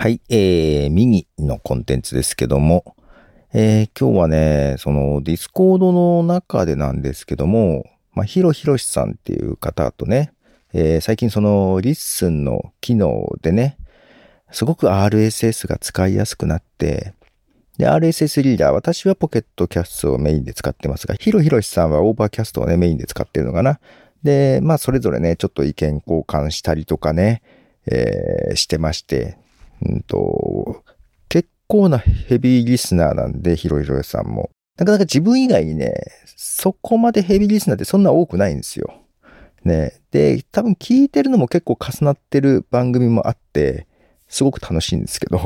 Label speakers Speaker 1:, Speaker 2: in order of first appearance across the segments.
Speaker 1: はい、ミニのコンテンツですけども、今日はね、そのディスコードの中でなんですけども、ヒロヒロシさんっていう方とね、最近そのリッスンの機能でね、すごく RSS が使いやすくなって、で、RSS リーダー、私はポケットキャストをメインで使ってますが、ヒロヒロシさんはオーバーキャストをね、メインで使ってるのかな。で、それぞれね、ちょっと意見交換したりとかね、してまして、結構なヘビーリスナーなんで、ヒロヒロさんも。なかなか自分以外にね、そこまでヘビーリスナーってそんな多くないんですよ。ね。で、多分聞いてるのも結構重なってる番組もあって、すごく楽しいんですけど。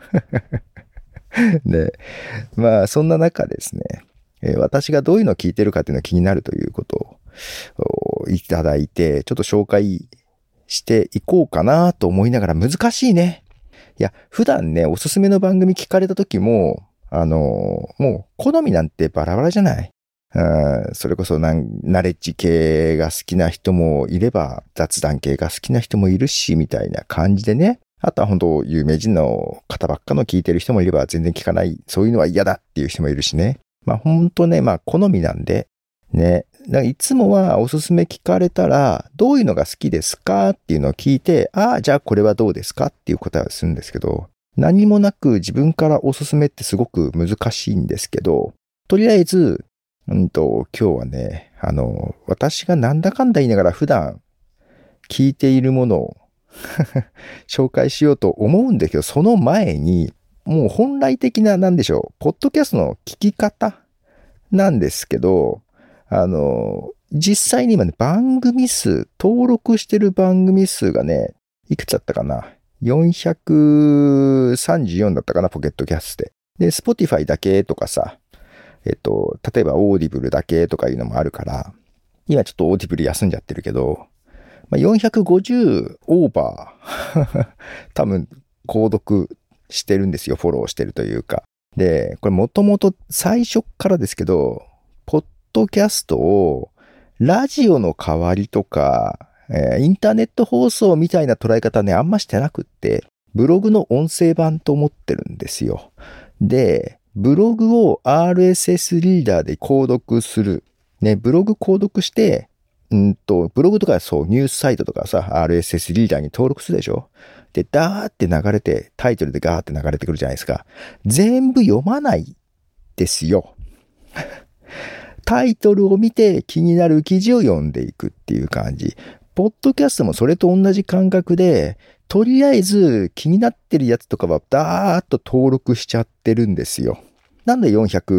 Speaker 1: ね。そんな中ですね、私がどういうのを聞いてるかっていうのが気になるということをいただいて、ちょっと紹介していこうかなと思いながら難しいね。いや、普段ね、おすすめの番組聞かれた時も、もう好みなんてバラバラじゃない。それこそナレッジ系が好きな人もいれば、雑談系が好きな人もいるし、みたいな感じでね。あとは本当有名人の方ばっかの聞いてる人もいれば、全然聞かない。そういうのは嫌だっていう人もいるしね。本当ね、好みなんで、ね。いつもはおすすめ聞かれたら、どういうのが好きですかっていうのを聞いて、じゃあこれはどうですかっていう答えをするんですけど、何もなく自分からおすすめってすごく難しいんですけど、とりあえず、今日はね、私がなんだかんだ言いながら普段聞いているものを紹介しようと思うんだけど、その前に、もう本来的な、なんでしょう、ポッドキャストの聞き方なんですけど、実際に今ね、登録してる番組数がね、いくつだったかな ?434 だったかな、ポケットキャストで。で、Spotify だけとかさ、例えばオーディブルだけとかいうのもあるから、今ちょっとオーディブル休んじゃってるけど、450オーバー多分、購読してるんですよ。フォローしてるというか。で、これもともと最初からですけど、ポッドキャストをラジオの代わりとか、インターネット放送みたいな捉え方ね、あんましてなくって、ブログの音声版と思ってるんですよ。で、ブログを RSS リーダーで購読する。ね、ブログ購読して、ブログとかそう、ニュースサイトとかさ、RSS リーダーに登録するでしょ？で、ダーって流れて、タイトルでガーって流れてくるじゃないですか。全部読まないですよ。タイトルを見て気になる記事を読んでいくっていう感じ。ポッドキャストもそれと同じ感覚で、とりあえず気になってるやつとかはダーッと登録しちゃってるんですよ。なんで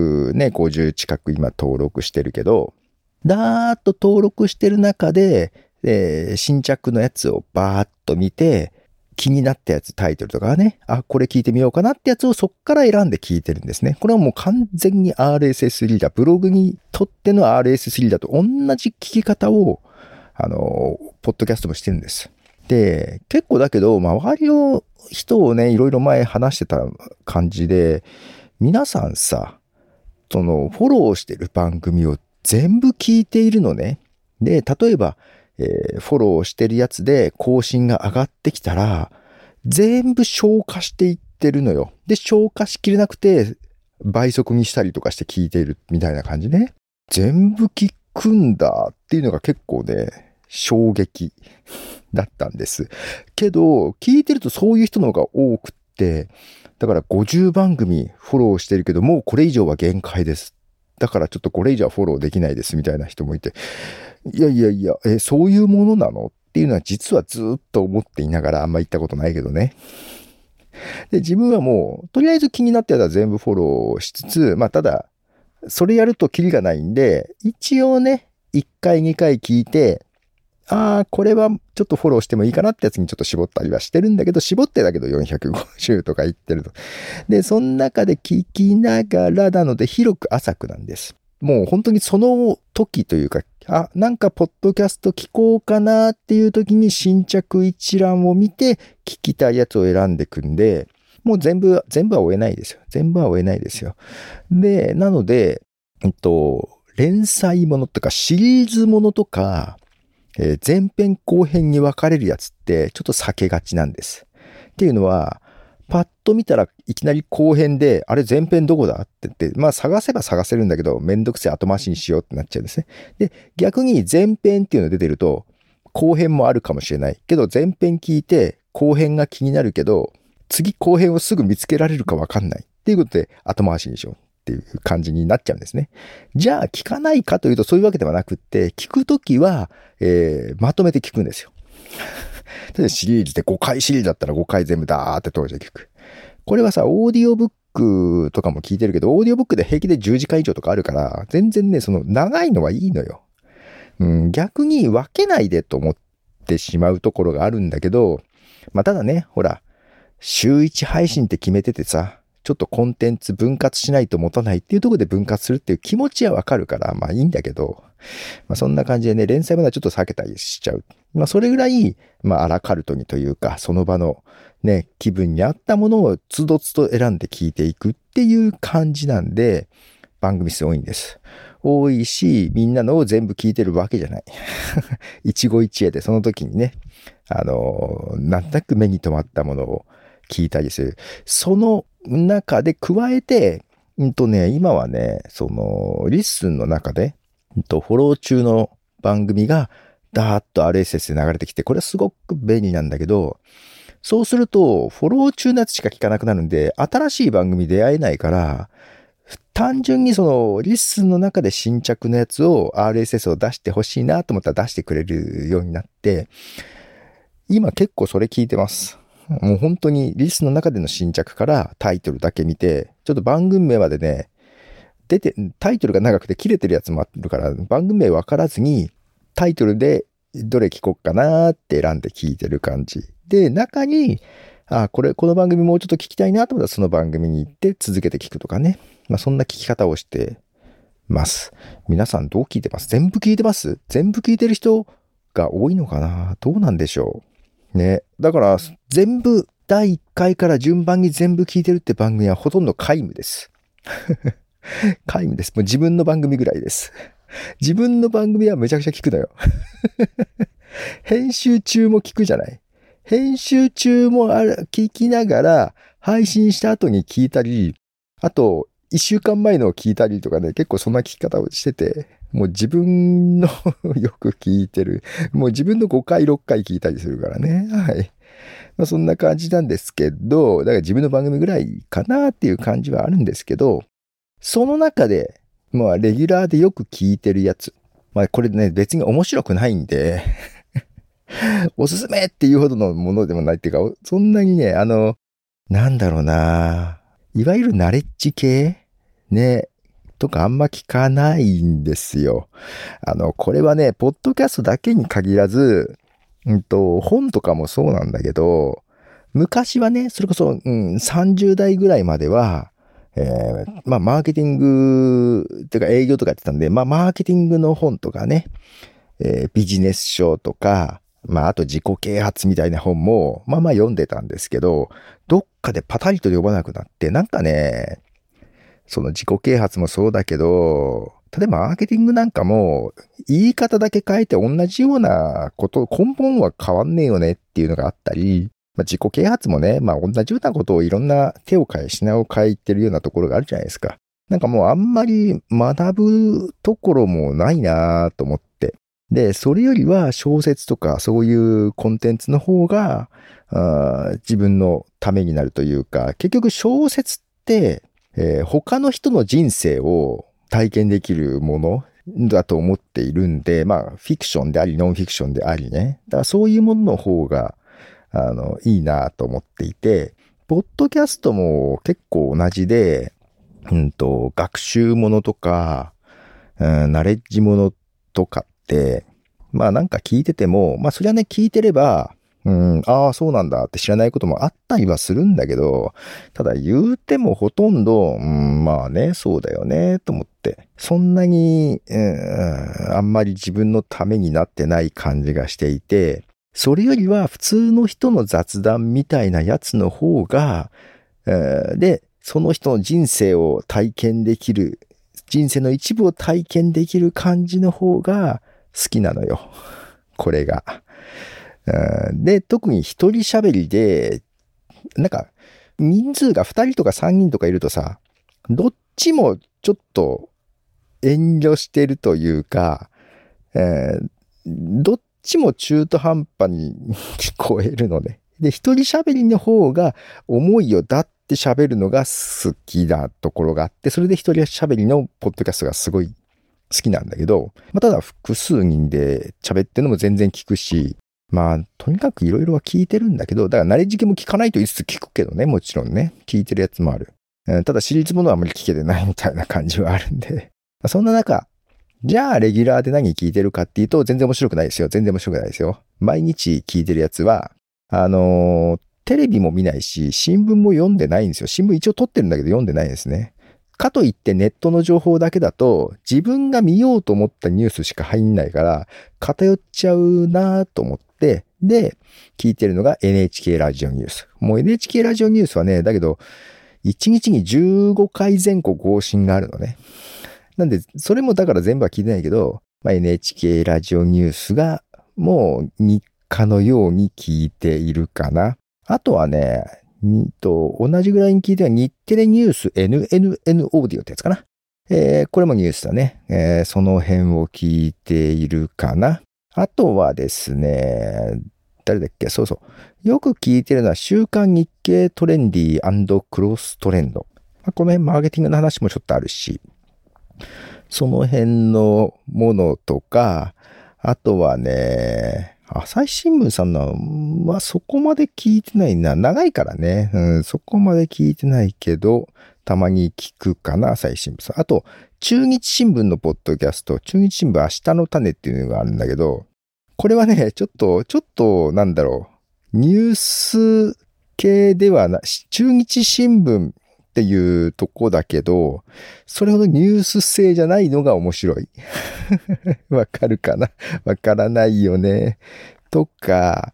Speaker 1: 450近く今登録してるけど、ダーッと登録してる中で、新着のやつをバーッと見て、気になったやつ、タイトルとかね、これ聞いてみようかなってやつをそっから選んで聞いてるんですね。これはもう完全に RSS リーダー、ブログにとっての RSS リーダーと同じ聞き方を、ポッドキャストもしてるんです。で、結構だけど、周りの人をね、いろいろ前話してた感じで、皆さんさ、フォローしてる番組を全部聞いているのね。で、例えば、フォローしてるやつで更新が上がってきたら、全部消化していってるのよ。で、消化しきれなくて、倍速にしたりとかして聞いているみたいな感じね。全部聞くんだっていうのが結構ね、衝撃だったんです。けど、聞いてるとそういう人の方が多くって、だから50番組フォローしてるけど、もうこれ以上は限界です。だからちょっとこれ以上はフォローできないですみたいな人もいて、いやいやいや、そういうものなのっていうのは実はずっと思っていながらあんま言ったことないけどね。で、自分はもう、とりあえず気になったやつは全部フォローしつつ、ただ、それやるとキリがないんで、一応ね、1回2回聞いて、これはちょっとフォローしてもいいかなってやつにちょっと絞ったりはしてるんだけど、絞ってだけど450とか言ってると。で、その中で聞きながらなので広く浅くなんです。もう本当にその時というか、なんかポッドキャスト聞こうかなっていう時に新着一覧を見て聞きたいやつを選んでくんで、もう全部は追えないですよ。全部は追えないですよ。で、なので、連載ものとかシリーズものとか、前編後編に分かれるやつってちょっと避けがちなんです。っていうのは、 パッと見たらいきなり後編で、あれ前編どこだって言って、まあ探せば探せるんだけど、めんどくせえ後回しにしようってなっちゃうんですね。で、逆に前編っていうの出てると、後編もあるかもしれない。けど前編聞いて、後編が気になるけど、次後編をすぐ見つけられるかわかんない。っていうことで後回しにしようっていう感じになっちゃうんですね。じゃあ聞かないかというとそういうわけではなくって、聞くときは、まとめて聞くんですよ。例えばシリーズで5回シリーズだったら5回全部ダーって通して聞く。これはさ、オーディオブックとかも聞いてるけど、オーディオブックで平気で10時間以上とかあるから、全然ね、その長いのはいいのよ。逆に分けないでと思ってしまうところがあるんだけど、まあただね、ほら、週1配信って決めててさ、ちょっとコンテンツ分割しないと持たないっていうところで分割するっていう気持ちはわかるから、まあいいんだけど、まあそんな感じでね、連載まではちょっと避けたりしちゃう。まあそれぐらい、まあアラカルトにというか、その場のね、気分に合ったものをつどつど選んで聞いていくっていう感じなんで、番組数多いんです。多いし、みんなのを全部聞いてるわけじゃない。一期一会でその時にね、なんとなく目に留まったものを聞いたりする。その中で加えて、今はね、リッスンの中で、フォロー中の番組がダーッと RSS で流れてきて、これはすごく便利なんだけど、そうすると、フォロー中のやつしか聞かなくなるんで、新しい番組出会えないから、単純にリッスンの中で新着のやつを RSS を出してほしいなと思ったら出してくれるようになって、今結構それ聞いてます。もう本当にリスの中での新着からタイトルだけ見て、ちょっと番組名までね、タイトルが長くて切れてるやつもあるから、番組名わからずにタイトルでどれ聞こうかなって選んで聞いてる感じ。で、中に、この番組もうちょっと聞きたいなと思ったらその番組に行って続けて聞くとかね。まあそんな聞き方をしてます。皆さんどう聞いてます？全部聞いてます？全部聞いてる人が多いのかな？どうなんでしょうね。だから全部第1回から順番に全部聞いてるって番組はほとんど皆無です。皆無です。もう自分の番組ぐらいです。自分の番組はめちゃくちゃ聞くのよ。編集中も聞くじゃない。編集中も聞きながら配信した後に聞いたり、あと1週間前のを聞いたりとかね、結構そんな聞き方をしてて、もう自分のよく聞いてる。もう自分の5回6回聞いたりするからね。はい。まあそんな感じなんですけど、だから自分の番組ぐらいかなっていう感じはあるんですけど、その中で、まあレギュラーでよく聞いてるやつ。まあこれね、別に面白くないんで、おすすめっていうほどのものでもないっていうか、そんなにね、なんだろうな、いわゆるナレッジ系ね、とかあんま聞かないんですよ。これはね、ポッドキャストだけに限らず、本とかもそうなんだけど、昔はね、それこそ、30代ぐらいまでは、まあ、マーケティング、っていうか営業とかやってたんで、まあ、マーケティングの本とかね、ビジネス書とか、まあ、あと自己啓発みたいな本も、まあまあ読んでたんですけど、どっかでパタリと読まなくなって、なんかね、その自己啓発もそうだけど、例えばマーケティングなんかも、言い方だけ変えて同じようなこと、根本は変わんねえよねっていうのがあったり、まあ、自己啓発もね、まあ同じようなことをいろんな手を変え、品を変えてるようなところがあるじゃないですか。なんかもうあんまり学ぶところもないなと思って。で、それよりは小説とかそういうコンテンツの方が、自分のためになるというか、結局小説って、他の人の人生を体験できるものだと思っているんで、まあ、フィクションであり、ノンフィクションでありね。だからそういうものの方が、いいなと思っていて、ポッドキャストも結構同じで、学習ものとか、ナレッジものとかって、まあなんか聞いてても、まあそりゃね、聞いてれば、ああ、そうなんだって知らないこともあったりはするんだけど、ただ言うてもほとんど、まあね、そうだよね、と思って、そんなに、あんまり自分のためになってない感じがしていて、それよりは普通の人の雑談みたいなやつの方が、で、その人の人生を体験できる、人生の一部を体験できる感じの方が好きなのよ。これが。で、特に一人喋りで、なんか、 人数が2人とか3人とかいるとさ、どっちもちょっと遠慮してるというか、どっちも中途半端に聞こえるのね。で、一人喋りの方が思いをだって喋るのが好きなところがあって、それで一人喋りのポッドキャストがすごい好きなんだけど、ただ複数人で喋ってるのも全然聞くし、とにかくいろいろは聞いてるんだけど、だから慣れ時期も聞かないと言いつつ聞くけどね、もちろんね、聞いてるやつもある。ただシリーズものはあんまり聞けてないみたいな感じはあるんで。そんな中、じゃあレギュラーで何聞いてるかっていうと全然面白くないですよ。全然面白くないですよ。毎日聞いてるやつは、テレビも見ないし、新聞も読んでないんですよ。新聞一応撮ってるんだけど読んでないんですね。かといってネットの情報だけだと自分が見ようと思ったニュースしか入んないから偏っちゃうなと思って、で、聞いてるのが NHK ラジオニュース。もう NHK ラジオニュースはね、だけど、1日に15回前後更新があるのね。なんで、それもだから全部は聞いてないけど、NHK ラジオニュースがもう日課のように聞いているかな。あとはね、同じぐらいに聞いては日テレニュース NNN オーディオってやつかな。これもニュースだね。その辺を聞いているかな。あとはですね、誰だっけ？そうそう。よく聞いてるのは週刊日経トレンディークロストレンド。この辺マーケティングの話もちょっとあるし、その辺のものとか、あとはね、朝日新聞さんのはそこまで聞いてないな。長いからね。そこまで聞いてないけど、たまに聞くかな、朝日新聞さん。あと、中日新聞のポッドキャスト、中日新聞明日の種っていうのがあるんだけど、これはね、ちょっと、なんだろう。ニュース系ではな、中日新聞っていうとこだけど、それほどニュース性じゃないのが面白い。わかるかな？わからないよね。とか、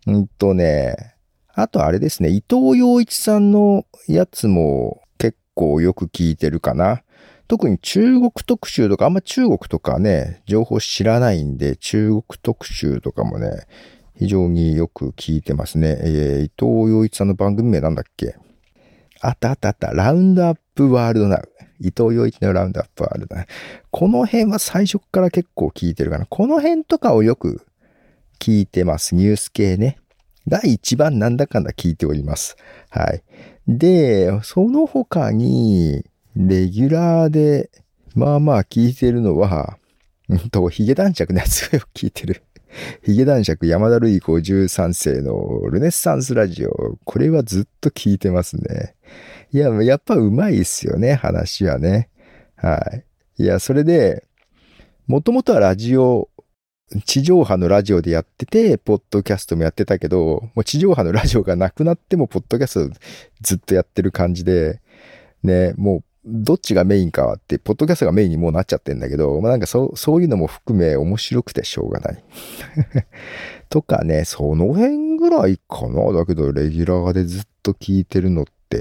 Speaker 1: あとあれですね、伊藤洋一さんのやつも結構よく聞いてるかな。特に中国特集とか、あんま中国とかね、情報知らないんで、中国特集とかもね、非常によく聞いてますね。伊藤洋一さんの番組名なんだっけ？あった。ラウンドアップワールドナウ。伊藤洋一のラウンドアップワールドナウ。この辺は最初から結構聞いてるかな。この辺とかをよく聞いてます。ニュース系ね。が一番なんだかんだ聞いております。はい。で、その他に、レギュラーで、聞いてるのは、ヒゲ男爵のやつをよく聞いてる。ヒゲ男爵山田るい53世のルネッサンスラジオ。これはずっと聞いてますね。いや、やっぱうまいっすよね、話はね。はい。いや、それで、もともとは地上波のラジオでやってて、ポッドキャストもやってたけど、もう地上波のラジオがなくなっても、ポッドキャストずっとやってる感じで、ね、もう、どっちがメインかはって、ポッドキャストがメインにもうなっちゃってんだけど、なんかそういうのも含め面白くてしょうがない。とかね、その辺ぐらいかな。だけど、レギュラーでずっと聞いてるのって、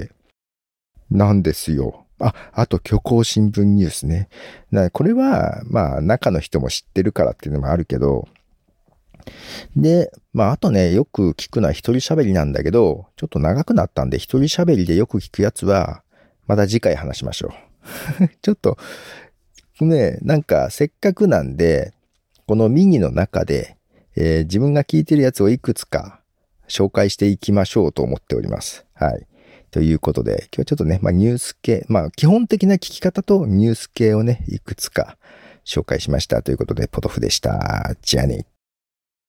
Speaker 1: なんですよ。あと虚構新聞ニュースね。これは、中の人も知ってるからっていうのもあるけど、で、あとね、よく聞くのは一人喋りなんだけど、ちょっと長くなったんで、一人喋りでよく聞くやつは、また次回話しましょう。ちょっと、ね、なんかせっかくなんで、このミニの中で、自分が聞いてるやつをいくつか紹介していきましょうと思っております。はい。ということで、今日はちょっとね、ニュース系、基本的な聞き方とニュース系をね、いくつか紹介しましたということで、ポトフでした。じゃあね。